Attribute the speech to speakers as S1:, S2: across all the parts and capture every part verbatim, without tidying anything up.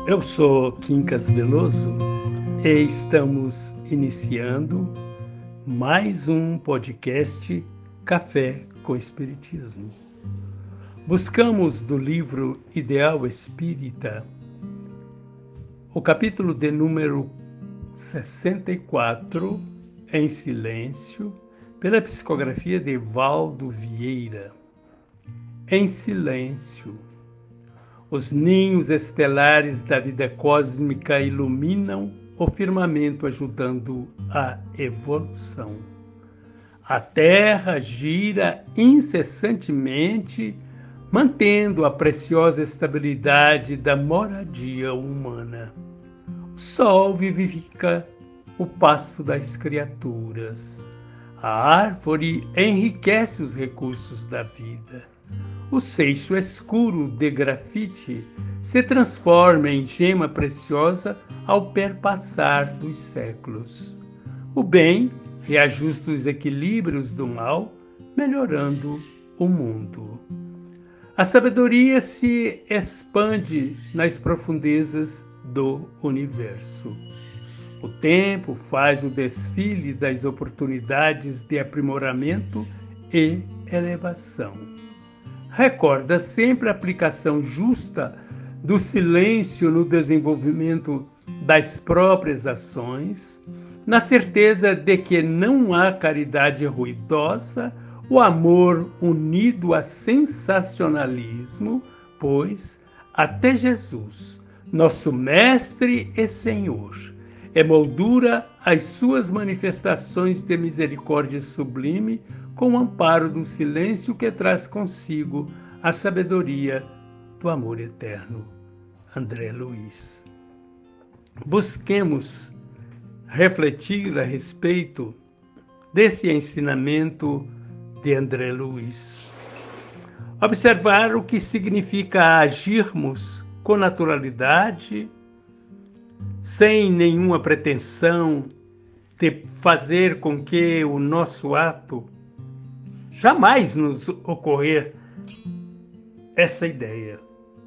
S1: Eu sou Quincas Veloso e estamos iniciando mais um podcast Café com Espiritismo. Buscamos do livro Ideal Espírita o capítulo de número sessenta e quatro, Em Silêncio, pela psicografia de Valdo Vieira. Em silêncio. Os ninhos estelares da vida cósmica iluminam o firmamento, ajudando a evolução. A Terra gira incessantemente, mantendo a preciosa estabilidade da moradia humana. O Sol vivifica o pasto das criaturas. A árvore enriquece os recursos da vida. O seixo escuro de grafite se transforma em gema preciosa ao perpassar dos séculos. O bem reajusta os equilíbrios do mal, melhorando o mundo. A sabedoria se expande nas profundezas do universo. O tempo faz o desfile das oportunidades de aprimoramento e elevação. Recorda sempre a aplicação justa do silêncio no desenvolvimento das próprias ações, na certeza de que não há caridade ruidosa, o amor unido a sensacionalismo, pois até Jesus, nosso Mestre e Senhor, emoldura as suas manifestações de misericórdia sublime com o amparo do silêncio que traz consigo a sabedoria do amor eterno. André Luiz. Busquemos refletir a respeito desse ensinamento de André Luiz. Observar o que significa agirmos com naturalidade, sem nenhuma pretensão de fazer com que o nosso ato jamais nos ocorrer essa ideia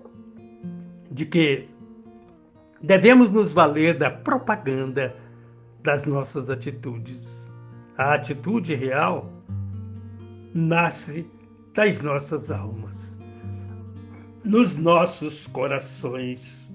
S1: de que devemos nos valer da propaganda das nossas atitudes. A atitude real nasce das nossas almas, nos nossos corações,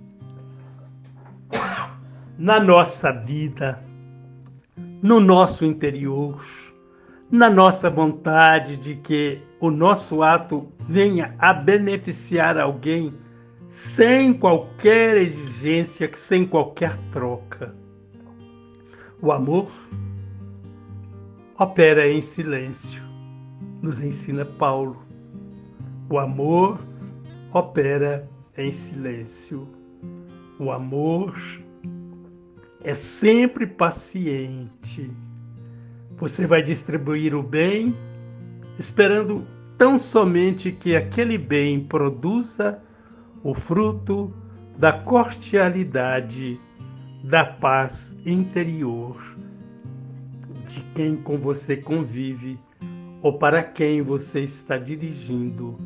S1: na nossa vida, no nosso interior, na nossa vontade de que o nosso ato venha a beneficiar alguém sem qualquer exigência, sem qualquer troca. O amor opera em silêncio, nos ensina Paulo. O amor opera em silêncio. O amor é sempre paciente. Você vai distribuir o bem, esperando tão somente que aquele bem produza o fruto da cordialidade, da paz interior de quem com você convive ou para quem você está dirigindo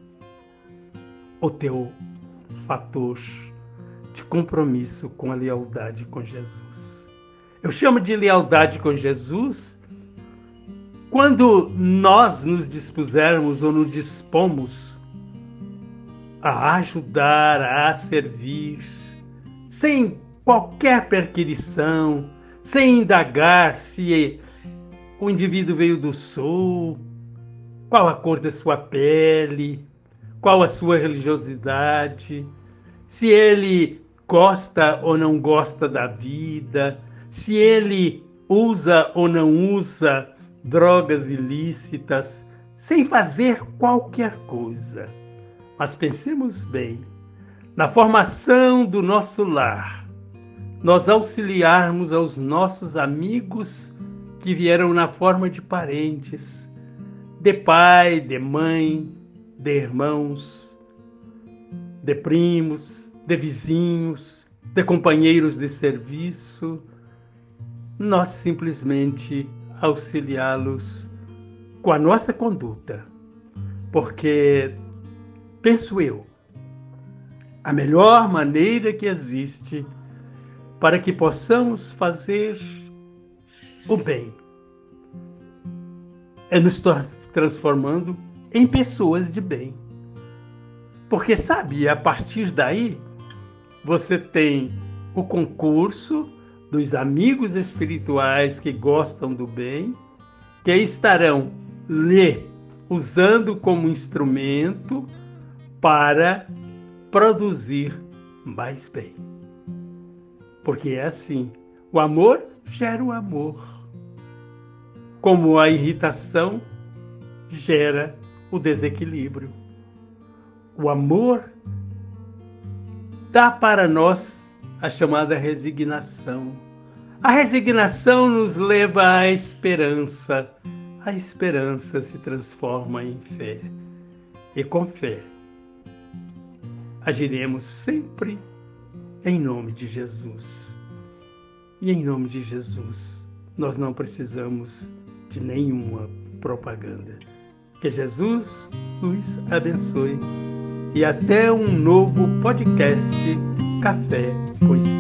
S1: o teu fator de compromisso com a lealdade com Jesus. Eu chamo de lealdade com Jesus quando nós nos dispusermos ou nos dispomos a ajudar, a servir, sem qualquer perquisição, sem indagar se o indivíduo veio do sul, qual a cor da sua pele, qual a sua religiosidade, se ele gosta ou não gosta da vida, se ele usa ou não usa drogas ilícitas, sem fazer qualquer coisa. Mas pensemos bem, na formação do nosso lar, nós auxiliarmos aos nossos amigos que vieram na forma de parentes, de pai, de mãe, de irmãos, de primos, de vizinhos, de companheiros de serviço, nós simplesmente auxiliá-los com a nossa conduta, porque, penso eu, A melhor maneira que existe para que possamos fazer o bem é nos transformando em pessoas de bem. Porque, sabe, a partir daí, você tem o concurso dos amigos espirituais que gostam do bem, que estarão lhe usando como instrumento para produzir mais bem. Porque é assim, o amor gera o amor, como a irritação gera o desequilíbrio. O amor dá para nós a chamada resignação. A resignação nos leva à esperança. A esperança se transforma em fé. E com fé, agiremos sempre em nome de Jesus. E em nome de Jesus, nós não precisamos de nenhuma propaganda. Que Jesus nos abençoe. E até um novo podcast Café com Espírito.